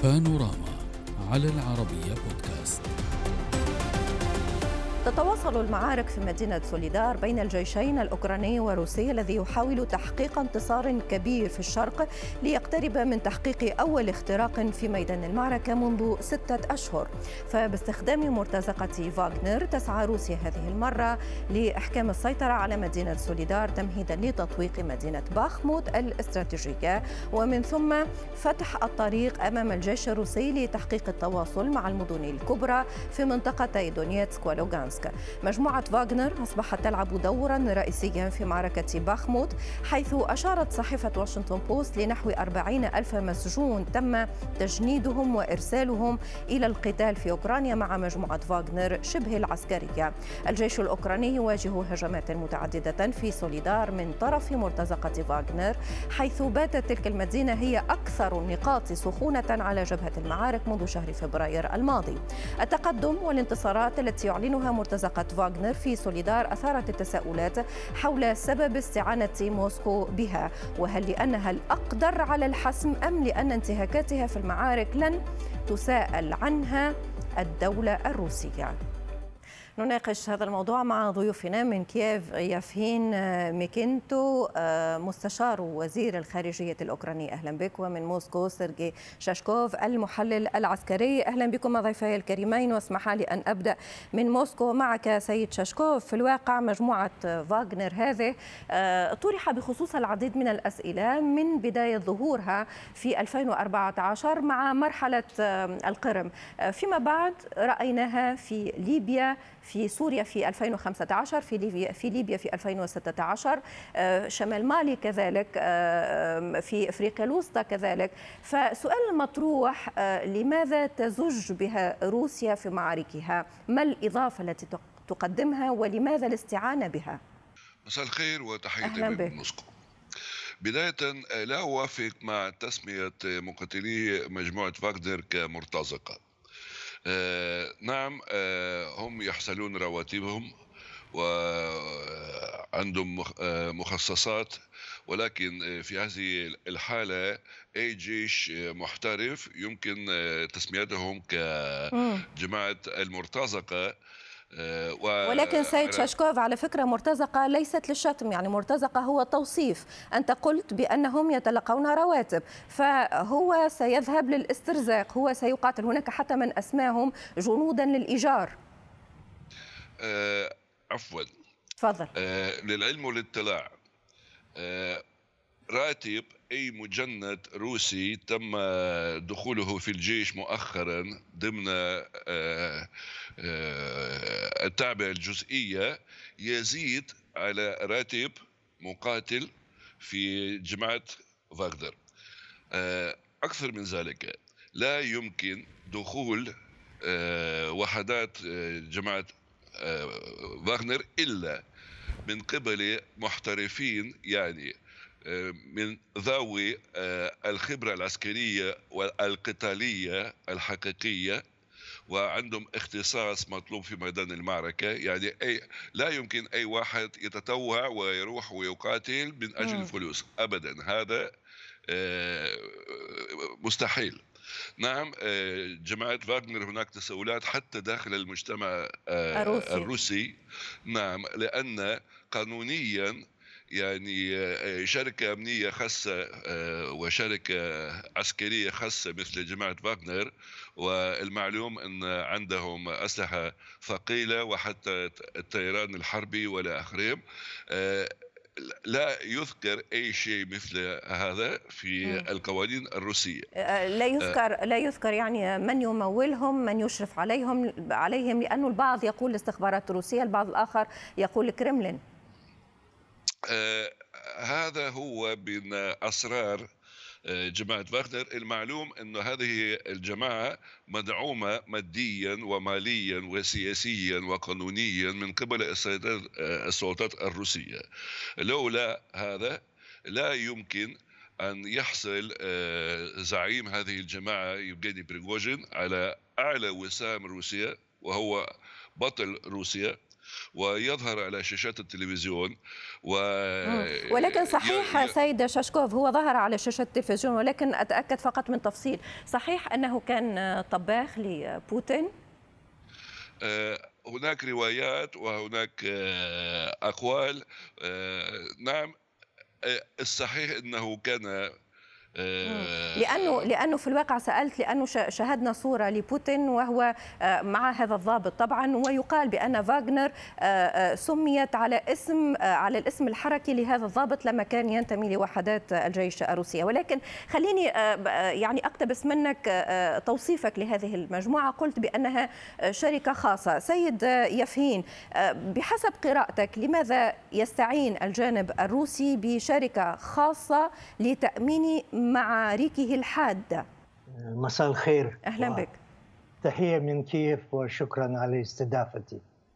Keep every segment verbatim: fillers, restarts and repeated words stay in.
بانوراما على العربية بودكاست. تتواصل المعارك في مدينة سوليدار بين الجيشين الأوكراني والروسي الذي يحاول تحقيق انتصار كبير في الشرق ليقترب من تحقيق أول اختراق في ميدان المعركة منذ ستة أشهر. فباستخدام مرتزقة فاغنر تسعى روسيا هذه المرة لإحكام السيطرة على مدينة سوليدار تمهيدا لتطويق مدينة باخموت الاستراتيجية، ومن ثم فتح الطريق أمام الجيش الروسي لتحقيق التواصل مع المدن الكبرى في منطقتي دونيتسك ولوغانسك. مجموعة فاغنر أصبحت تلعب دورا رئيسيا في معركة باخموت، حيث أشارت صحيفة واشنطن بوست لنحو أربعين ألف مسجون تم تجنيدهم وإرسالهم إلى القتال في أوكرانيا مع مجموعة فاغنر شبه العسكرية. الجيش الأوكراني يواجه هجمات متعددة في سوليدار من طرف مرتزقة فاغنر، حيث باتت تلك المدينة هي أكثر النقاط سخونة على جبهة المعارك منذ شهر فبراير الماضي. التقدم والانتصارات التي يعلنها مرتزقة فاغنر في سوليدار أثارت التساؤلات حول سبب استعانة موسكو بها، وهل لأنها الأقدر على الحسم أم لأن انتهاكاتها في المعارك لن تساءل عنها الدولة الروسية؟ نناقش هذا الموضوع مع ضيوفنا من كييف يافهين ميكينتو مستشار وزير الخارجية الأوكراني، أهلا بك، ومن موسكو سيرجي شاشكوف المحلل العسكري. أهلا بكم ضيفي الكريمين، واسمح لي أن أبدأ من موسكو معك سيد شاشكوف. في الواقع مجموعة فاغنر هذه طرح بخصوص العديد من الأسئلة من بداية ظهورها في ألفين وأربعة عشر مع مرحلة القرم، فيما بعد رأيناها في ليبيا، في سوريا في ألفين وخمسة عشر، في ليبيا في ليبيا في ألفين وستة عشر، شمال مالي كذلك، في افريقيا الوسطى كذلك. فسؤال المطروح، لماذا تزج بها روسيا في معاركها؟ ما الإضافة التي تقدمها ولماذا الاستعانة بها؟ مساء الخير وتحياتي من موسكو. بداية لا أوافق مع تسمية مقاتلي مجموعة فاغنر كمرتزقة. آه نعم، آه هم يحصلون رواتبهم وعندهم مخصصات، ولكن في هذه الحالة أي جيش محترف يمكن تسميتهم كجماعة المرتزقة. ولكن سيد شاشكوف، على فكرة مرتزقة ليست للشتم، يعني مرتزقة هو توصيف. أنت قلت بأنهم يتلقون رواتب، فهو سيذهب للاسترزاق، هو سيقاتل. هناك حتى من أسماهم جنودا للإيجار. آه عفوا، تفضل. آه للعلم والاطلاع، آه راتب أي مجند روسي تم دخوله في الجيش مؤخرا ضمن التعبئة الجزئية يزيد على راتب مقاتل في جماعة فاغنر. أكثر من ذلك، لا يمكن دخول وحدات جماعة فاغنر إلا من قبل محترفين، يعني من ذوي الخبرة العسكرية والقتالية الحقيقية، وعندهم اختصاص مطلوب في ميدان المعركة. يعني أي لا يمكن أي واحد يتطوع ويروح ويقاتل من أجل الفلوس أبدا، هذا مستحيل. نعم، جماعة فاغنر هناك تساؤلات حتى داخل المجتمع الروسي, الروسي. نعم، لأن قانونيا يعني شركة أمنية خاصة وشركة عسكرية خاصة مثل جماعة فاغنر، والمعلوم أن عندهم أسلحة ثقيلة وحتى الطيران الحربي ولا آخره، لا يذكر أي شيء مثل هذا في القوانين الروسية. لا يذكر لا يذكر يعني من يمولهم، من يشرف عليهم عليهم لأنه البعض يقول الاستخبارات الروسية، البعض الآخر يقول الكرملين. آه هذا هو من أسرار جماعة فاغنر. المعلوم أن هذه الجماعة مدعومة ماديا وماليا وسياسيا وقانونيا من قبل السلطات الروسية. لولا هذا لا يمكن أن يحصل زعيم هذه الجماعة يفغيني بريغوجين على أعلى وسام روسيا، وهو بطل روسيا، ويظهر على شاشات التلفزيون و مم. ولكن صحيح سيد شاشكوف هو ظهر على شاشة التلفزيون، ولكن أتأكد فقط من تفصيل، صحيح أنه كان طباخ لبوتين؟ هناك روايات وهناك أقوال. نعم، الصحيح أنه كان لأنه لأنه في الواقع سألت لأنه شاهدنا صورة لبوتين وهو مع هذا الضابط طبعا، ويقال بأن فاغنر سميت على اسم على الاسم الحركي لهذا الضابط لما كان ينتمي لوحدات الجيش الروسية. ولكن خليني يعني أقتبس منك توصيفك لهذه المجموعة، قلت بأنها شركة خاصة. سيد يفهين، بحسب قراءتك لماذا يستعين الجانب الروسي بشركة خاصة لتأمين معاركه الحادة؟ مساء الخير. أهلا بك. تحية من كييف وشكرا على استضافتي.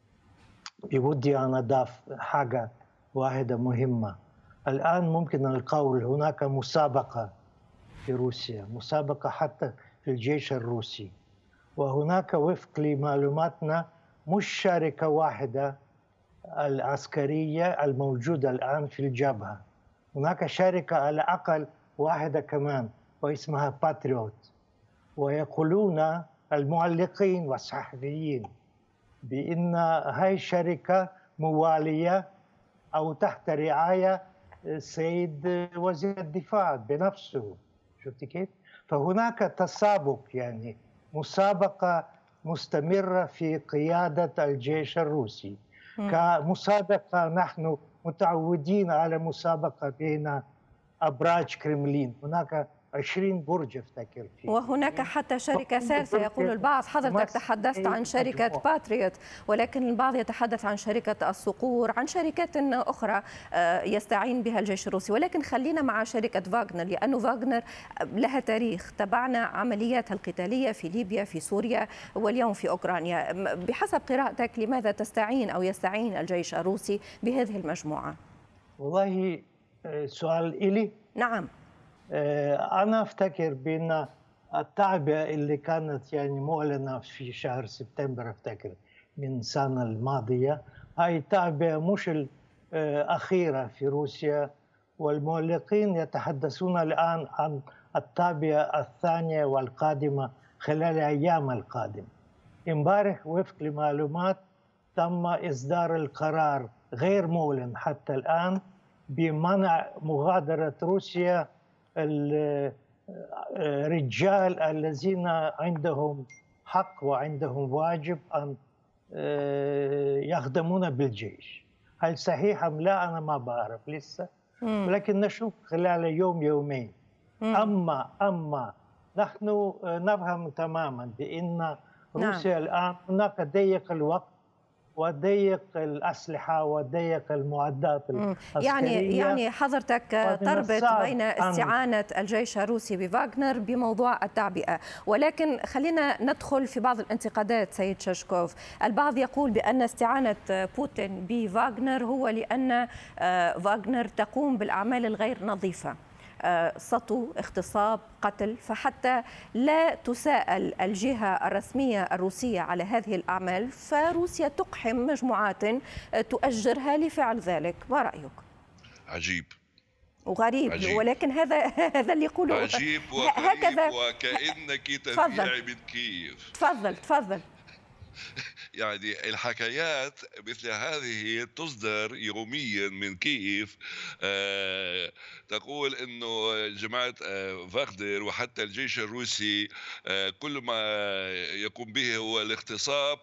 بودي أن أضاف حاجة واحدة مهمة. الآن ممكن القول هناك مسابقة في روسيا، مسابقة حتى في الجيش الروسي، وهناك وفق لمعلوماتنا مش شركة واحدة العسكرية الموجودة الآن في الجبهة، هناك شركة على الأقل واحدة كمان واسمها باتريوت. ويقولون المعلقين والصحفيين بأن هاي الشركة موالية أو تحت رعاية السيد وزير الدفاع بنفسه. شفت كيف؟ فهناك تسابق، يعني مسابقة مستمرة في قيادة الجيش الروسي. م. كمسابقة نحن متعودين على مسابقة بين أبراج كرملين، هناك عشرين برج افتكر فيه، وهناك حتى شركة ثالثة يقول البعض. حضرتك تحدثت عن شركة باتريوت، ولكن البعض يتحدث عن شركة الصقور، عن شركات أخرى يستعين بها الجيش الروسي. ولكن خلينا مع شركة فاغنر، لأنه فاغنر لها تاريخ، تابعنا عملياتها القتالية في ليبيا، في سوريا، واليوم في أوكرانيا. بحسب قراءتك لماذا تستعين أو يستعين الجيش الروسي بهذه المجموعة؟ والله سؤال إلي؟ نعم. أنا أفتكر بأن التعبئة اللي كانت يعني معلنة في شهر سبتمبر أفتكر من السنة الماضية، هاي التعبئة مش الأخيرة في روسيا، والمعلقين يتحدثون الآن عن التعبئة الثانية والقادمة خلال الأيام القادمة. امبارح وفق لمعلومات تم إصدار القرار غير معلن حتى الآن بمنع مغادرة روسيا الرجال الذين عندهم حق وعندهم واجب أن يخدمون بالجيش. هل صحيح أم لا أنا ما بعرف لسه، ولكن نشوف خلال يوم يومين. أما أما نحن نفهم تماما بأن روسيا نعم. الآن هناك ضيق الوقت وضيق الأسلحة وضيق المعدات العسكرية. يعني يعني حضرتك تربط بين استعانة الجيش الروسي بفاغنر بموضوع التعبئة، ولكن خلينا ندخل في بعض الانتقادات سيد شاشكوف. البعض يقول بأن استعانة بوتين بفاغنر هو لأن فاغنر تقوم بالأعمال الغير نظيفة، سطو، اغتصاب، قتل، فحتى لا تساءل الجهة الرسمية الروسية على هذه الأعمال فروسيا تقحم مجموعات تؤجرها لفعل ذلك. ما رأيك؟ عجيب وغريب عجيب. ولكن هذا هذا اللي يقوله عجيب وغريب هكذا. وكأنك تذيع من كييف. تفضل تفضل. يعني الحكايات مثل هذه تصدر يوميا من كييف. آه تقول انه جماعة آه فاغنر وحتى الجيش الروسي آه كل ما يقوم به هو الاغتصاب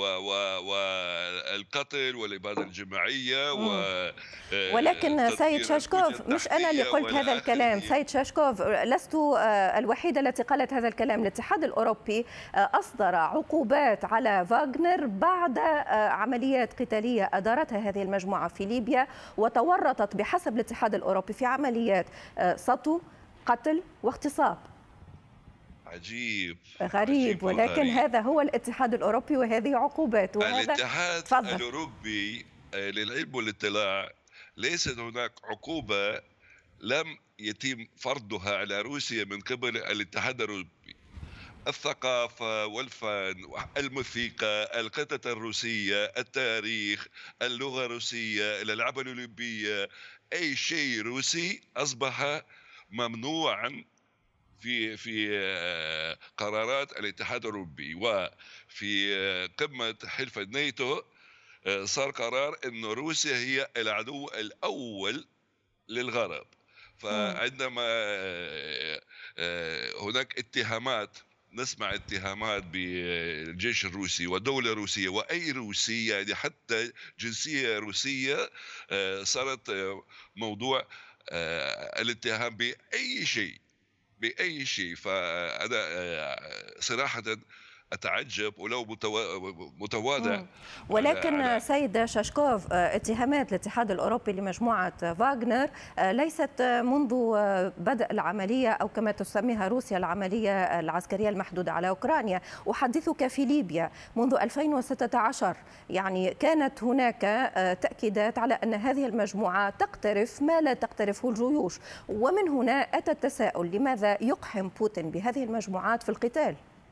والقتل والإبادة الجماعية و آه ولكن سيد شاشكوف مش أنا اللي قلت هذا الكلام. سيد شاشكوف لست آه الوحيدة التي قالت هذا الكلام. الاتحاد الأوروبي آه أصدر عقوبات على فاغنر بعد عمليات قتالية أدارتها هذه المجموعة في ليبيا، وتورطت بحسب الاتحاد الأوروبي في عمليات سطو، قتل واغتصاب. عجيب غريب, عجيب ولكن وغريب. هذا هو الاتحاد الأوروبي وهذه عقوبات. الاتحاد تفضل. الأوروبي للعلم والاطلاع ليست هناك عقوبة لم يتم فرضها على روسيا من قبل الاتحاد الأوروبي. الثقافة والفن، الموسيقى، القطط الروسية، التاريخ، اللغة الروسية، الألعاب الأولمبية، أي شيء روسي أصبح ممنوعا في في آه، قرارات الاتحاد الأوروبي. وفي آه، قمة حلف الناتو آه، صار قرار إنه روسيا هي العدو الأول للغرب. مم. فعندما آه، آه، هناك اتهامات، نسمع اتهامات بالجيش الروسي ودولة روسية وأي روسي، يعني حتى جنسية روسية آه، صارت آه، موضوع آه، الاتهام بأي شيء بأي شيء. فأنا آه، صراحة أتعجب ولو متوا- متواضع مم. على ولكن على سيد شاشكوف، آه، اتهامات الاتحاد الأوروبي لمجموعة فاغنر آه، ليست آه، منذ آه، بدء العملية أو كما تسميها روسيا العملية العسكرية المحدودة على أوكرانيا. أحدثك في ليبيا منذ ألفين وستة عشر، يعني كانت هناك آه، تأكيدات على أن هذه المجموعة تقترف ما لا تقترفه الجيوش، ومن هنا أتى التساؤل: لماذا يقحم بوتين بهذه المجموعات في القتال؟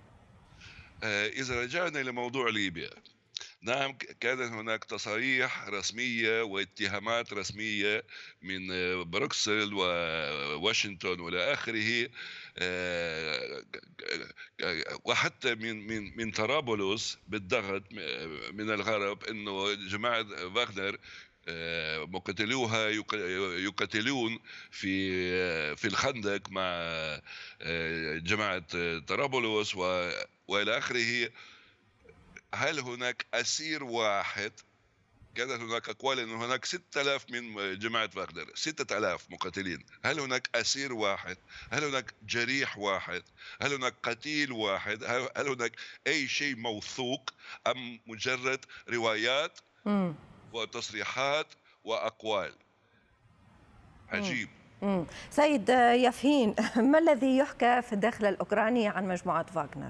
آه، إذا رجعنا لموضوع ليبيا، نعم، ك- كانت هناك تصاريح رسمية واتهامات رسمية من آه، بروكسل وواشنطن وإلى آخره. آه، ك- ك- وحتى من من من طرابلس بالضغط م- من الغرب إنه جماعة فاغنر آه، مقاتلوها يق- يقاتلون في آه، في الخندق مع آه، جماعة آه، طرابلس و- وإلى آخره. هل هناك أسير واحد؟ كانت هناك أقوال أن هناك ستة آلاف من جماعة فاغنر، ستة آلاف مقاتلين. هل هناك أسير واحد؟ هل هناك جريح واحد؟ هل هناك قتيل واحد؟ هل هل هناك أي شيء موثوق أم مجرد روايات مم. وتصريحات وأقوال؟ مم. عجيب. مم. سيد يافين، ما الذي يحكى في الداخل الأوكراني عن مجموعة فاغنر؟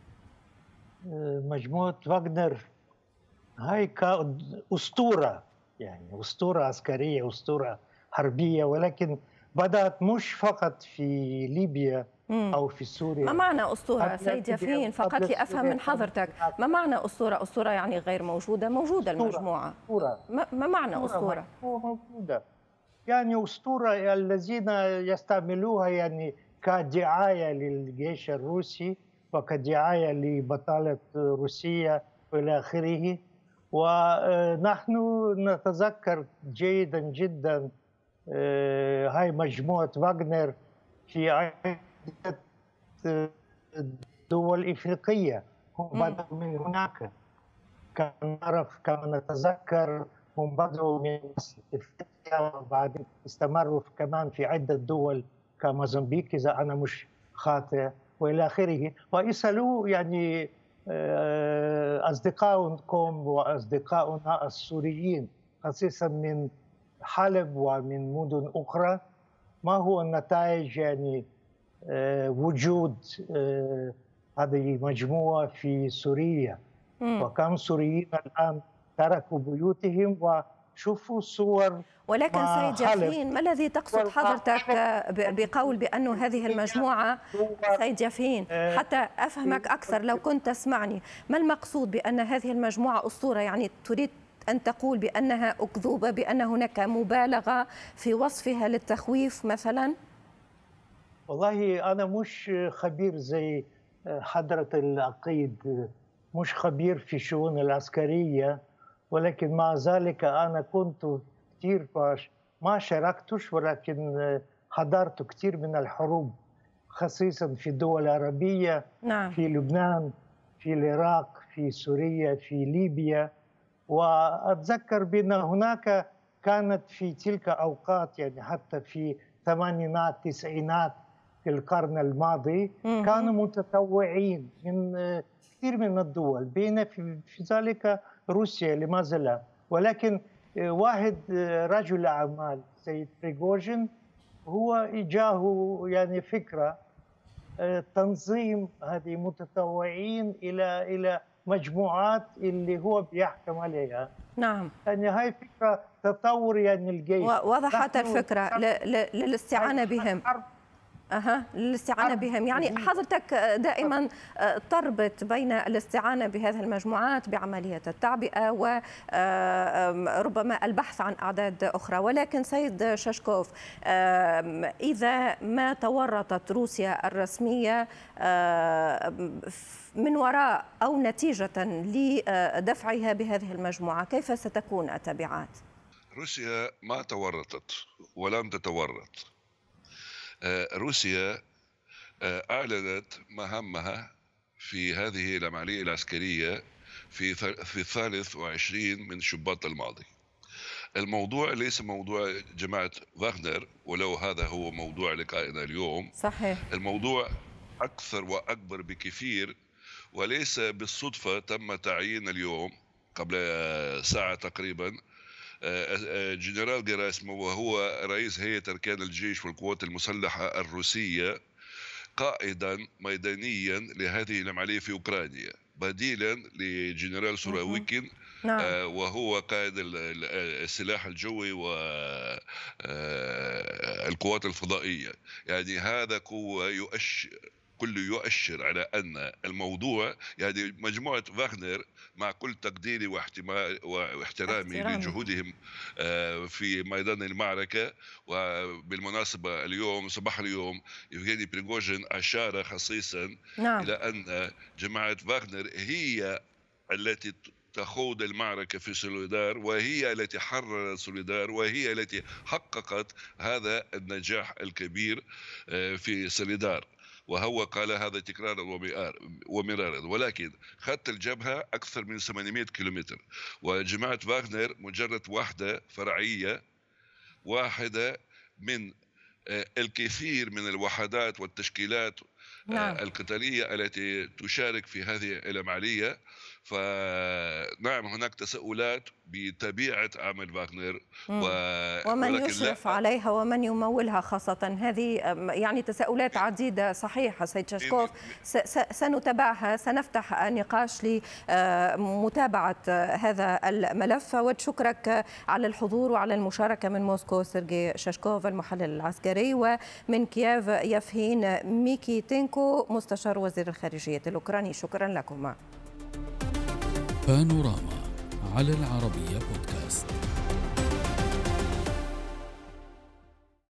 مجموعة فاغنر هاي كأسطورة، يعني أسطورة عسكرية، أسطورة حربية، ولكن بدأت مش فقط في ليبيا مم. أو في ما سوريا. معنى أسطورة قبل سيد ليبيا يافين؟ فقط وقبل لأفهم سوريا من كانت حضرتك، هناك ما معنى أسطورة؟ أسطورة يعني غير موجودة؟ موجودة أسطورة المجموعة. أسطورة ما ما معنى أسطورة أسطورة؟ مجموعة موجودة، يعني أسطورة الذين يستعملوها يعني كدعاية للجيش الروسي وكدعاية لبطالة روسيا وإلى آخره. ونحن نتذكر جيدا جدا آه، هاي مجموعة فاغنر في عدة دول إفريقية، هم مم. بدأوا من هناك. كان نعرف، كما نتذكر، هم بدأوا من افريقيا وبعدين استمروا كمان في عدة دول كموزمبيق إذا أنا مش خاطئ وإلى آخره. ويسألوا يعني آه، أصدقائكم وأصدقائنا السوريين خصيصا من حلب ومن مدن أخرى، ما هو النتائج يعني آه، وجود آه، هذه المجموعة في سوريا، مم. وكم سوريين الآن تركوا بيوتهم. وشوفوا صور ولكن مع سيد حلب، يافين، ما الذي تقصد صور مع حضرتك حلب ب- بقول بأن هذه المجموعة؟ صور سيد يافين، آه، حتى أفهمك أكثر لو كنت تسمعني، ما المقصود بأن هذه المجموعة أسطورة؟ يعني تريد أن تقول بأنها أكذوبة، بأن هناك مبالغة في وصفها للتخويف مثلا؟ والله أنا مش خبير زي حضرة العقيد، مش خبير في الشؤون العسكرية، ولكن مع ذلك أنا كنت كثير باش ما شاركتش، ولكن حضرت كثير من الحروب خصيصا في الدول العربية، نعم. في لبنان، في العراق، في سوريا، في ليبيا. وأتذكر بأن هناك كانت في تلك الأوقات، يعني حتى في الثمانينات التسعينات في القرن الماضي، مم. كانوا متطوعين من آه، كثير من الدول، بين في في ذلك روسيا لما زال. ولكن آه، واحد آه، رجل أعمال سيد بريغوجين هو إجاه يعني فكرة آه، تنظيم هذه المتطوعين إلى إلى مجموعات اللي هو بيحكم عليها. نعم. يعني هاي فكرة تطور يعني الجيش. ووضحت نحن الفكرة ل- ل- للاستعانة بهم. الحرب أها للاستعانة بهم، يعني حضرتك دائما تربط بين الاستعانة بهذه المجموعات بعملية التعبئة وربما البحث عن أعداد أخرى، ولكن سيد شاشكوف إذا ما تورطت روسيا الرسمية من وراء أو نتيجة لدفعها بهذه المجموعة، كيف ستكون التبعات؟ روسيا ما تورطت ولم تتورط. روسيا أعلنت مهامها في هذه العملية العسكرية في في الثالث وعشرين من شباط الماضي. الموضوع ليس موضوع جماعة فاغنر، ولو هذا هو موضوع لقائنا اليوم. صحيح. الموضوع أكثر وأكبر بكثير، وليس بالصدفة تم تعيين اليوم قبل ساعة تقريبا جنرال جيراسيموف، وهو رئيس هيئة أركان الجيش والقوات المسلحة الروسية، قائدا ميدانيا لهذه العملية في أوكرانيا، بديلا لجنرال سورويكين. نعم. وهو قائد السلاح الجوي والقوات الفضائية. يعني هذا قوة يؤشر كله يؤشر على أن الموضوع، يعني مجموعة فاغنر مع كل تقديري واحترامي لجهودهم في ميدان المعركة، وبالمناسبة اليوم صباح اليوم يفغيني بريغوجين أشار خصيصا نعم. إلى أن جماعة فاغنر هي التي تخوض المعركة في سوليدار، وهي التي حررت سوليدار، وهي التي حققت هذا النجاح الكبير في سوليدار. وهو قال هذا تكرارا ومرارا، ولكن خط الجبهة أكثر من ثمانمئة كيلومتر، وجماعة فاغنر مجرد واحدة فرعية، واحدة من الكثير من الوحدات والتشكيلات نعم. القتالية التي تشارك في هذه العملية. فنعم هناك تساؤلات بطبيعة عمل فاغنر و... ومن يشرف عليها ومن يمولها خاصة، هذه يعني تساؤلات عديدة. صحيح سيد شاشكوف، سنتابعها، سنفتح نقاش لمتابعة هذا الملف. وشكرك على الحضور وعلى المشاركة من موسكو سيرجي شاشكوف المحلل العسكري، ومن كييف يفهين ميكيتينكو مستشار وزير الخارجية الأوكراني. شكرا لكم. بانوراما على العربية بودكاست.